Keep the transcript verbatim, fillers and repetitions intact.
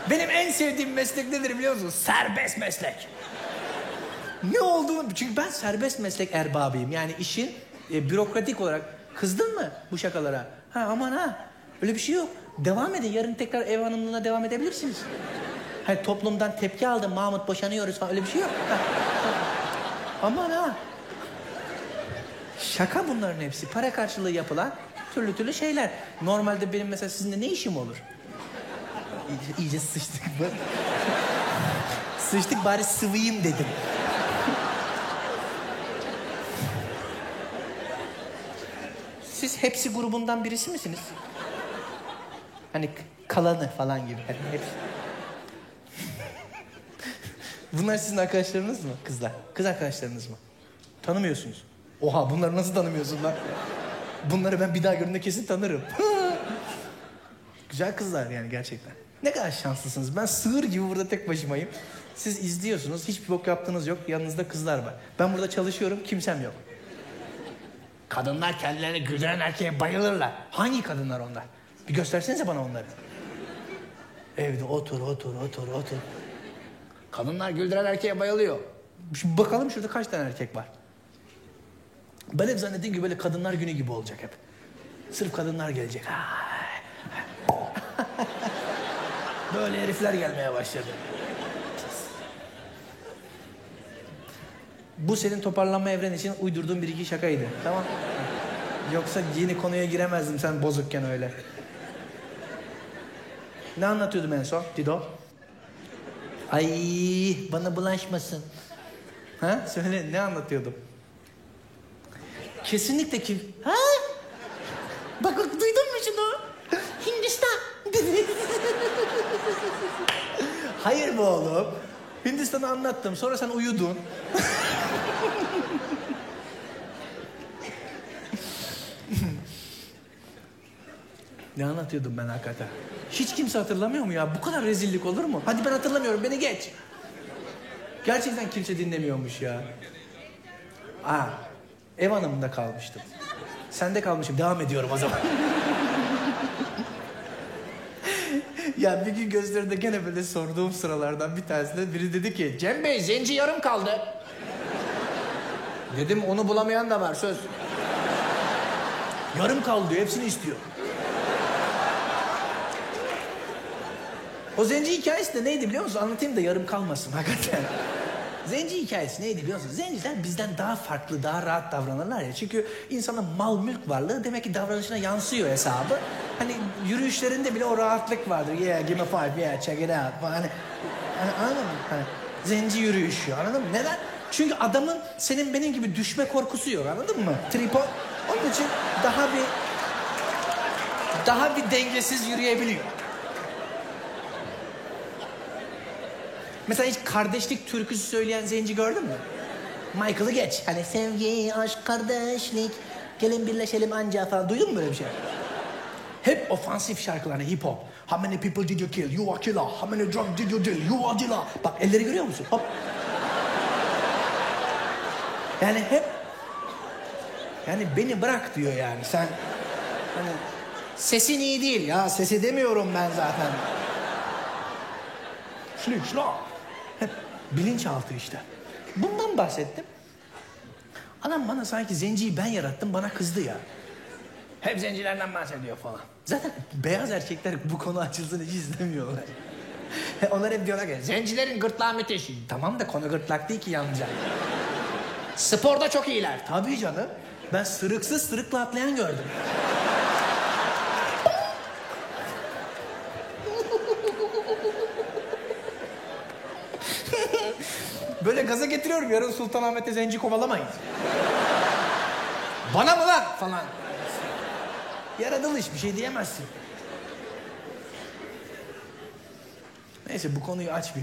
Benim en sevdiğim meslek nedir biliyor musun? Serbest meslek. Ne olduğunu... Çünkü ben serbest meslek erbabıyım. Yani işin e, bürokratik olarak... Kızdın mı bu şakalara? Ha aman ha. Öyle bir şey yok. Devam edin. Yarın tekrar ev hanımlığına devam edebilirsiniz. Hani toplumdan tepki aldım. Mahmut boşanıyoruz falan. Öyle bir şey yok. Ha, ha. Aman ha. Şaka bunların hepsi. Para karşılığı yapılan türlü türlü şeyler. Normalde benim mesela sizinle ne işim olur? İyice, iyice sıçtık. Sıçtık bari sıvıyım dedim. Siz hepsi grubundan birisi misiniz? Hani kalanı falan gibi. Hani hepsi. Bunlar sizin arkadaşlarınız mı kızlar? Kız arkadaşlarınız mı? Tanımıyorsunuz. Oha bunları nasıl tanımıyorsun lan? Bunları ben bir daha gördüğümde kesin tanırım. Güzel kızlar yani gerçekten. Ne kadar şanslısınız. Ben sığır gibi burada tek başımayım. Siz izliyorsunuz. Hiçbir bok yaptığınız yok. Yanınızda kızlar var. Ben burada çalışıyorum. Kimsem yok. Kadınlar kendilerini güldüren erkeğe bayılırlar. Hangi kadınlar onlar? Bir göstersenize bana onları. Evde otur, otur, otur, otur. Kadınlar güldüren erkeğe bayılıyor. Şimdi bakalım şurada kaç tane erkek var? Ben hep zannettiğim gibi böyle kadınlar günü gibi olacak hep. Sırf kadınlar gelecek. Böyle herifler gelmeye başladı. Bu senin toparlanma evren için uydurduğum bir iki şakaydı. Tamam. Yoksa yeni konuya giremezdim sen bozukken öyle. Ne anlatıyordum en son Dido? Ay bana bulaşmasın. Ha? Söyle ne anlatıyordum? Kesinlikle kim? Ha? Bak bak duydun mu şunu? Hindistan. Hayır bu oğlum. Hindistan'ı anlattım. Sonra sen uyudun. Ne anlatıyordum ben hakikaten? Hiç kimse hatırlamıyor mu ya? Bu kadar rezillik olur mu? Hadi ben hatırlamıyorum. Beni geç. Gerçekten kimse dinlemiyormuş ya. Aa, ev hanımında kalmıştım. Sende kalmışım. Devam ediyorum o zaman. Ya bir gün gösteride gene böyle sorduğum sıralardan bir tanesinde biri dedi ki Cem Bey zenci yarım kaldı. Dedim onu bulamayan da var söz. Yarım kaldı diyor. Hepsini istiyor. O zenci hikayesi de neydi biliyor musun? Anlatayım da yarım kalmasın hakikaten. Zenci hikayesi neydi biliyor musun? Zenciler bizden daha farklı, daha rahat davranırlar ya. Çünkü insanın mal mülk varlığı demek ki davranışına yansıyor hesabı. Hani yürüyüşlerinde bile o rahatlık vardır. Yeah, give me five, yeah, check it out. Hani, hani anladın mı? Hani, zenci yürüyüşü anladın mı? Neden? Çünkü adamın senin benim gibi düşme korkusu yok anladın mı? Tripod. Onun için daha bir... Daha bir dengesiz yürüyebiliyor. Mesela hiç kardeşlik türküsü söyleyen zenci gördün mü? Michael'ı geç. Hani sevgi, aşk, kardeşlik, gelin birleşelim anca falan. Duydun mu böyle bir şey? Hep ofansif şarkılar, hani hip hop. How many people did you kill? You are killer. How many drugs did you deal? You are dealer. Bak elleri görüyor musun? Hop. Yani hep... Yani beni bırak diyor yani. Sen... Hani... Sesin iyi değil ya. Sesi demiyorum ben zaten. Şlik şlak. Hep bilinçaltı işte. Bundan bahsettim. Adam bana sanki zenciyi ben yarattım, bana kızdı ya. Hep zencilerden bahsediyor falan. Zaten beyaz erkekler bu konu açılsın hiç istemiyorlar. Onlar hep diyorlar ki zencilerin gırtlağı müthiş. Tamam da konu gırtlak değil ki yalnızca. Sporda çok iyiler. Tabii canım. Ben sırıksız sırıkla atlayan gördüm. Böyle gaza getiriyorum, yarın Sultanahmet'te zenci kovalamayın. Bana mı lan falan. Yaratılış, bir şey diyemezsin. Neyse bu konuyu aç bir.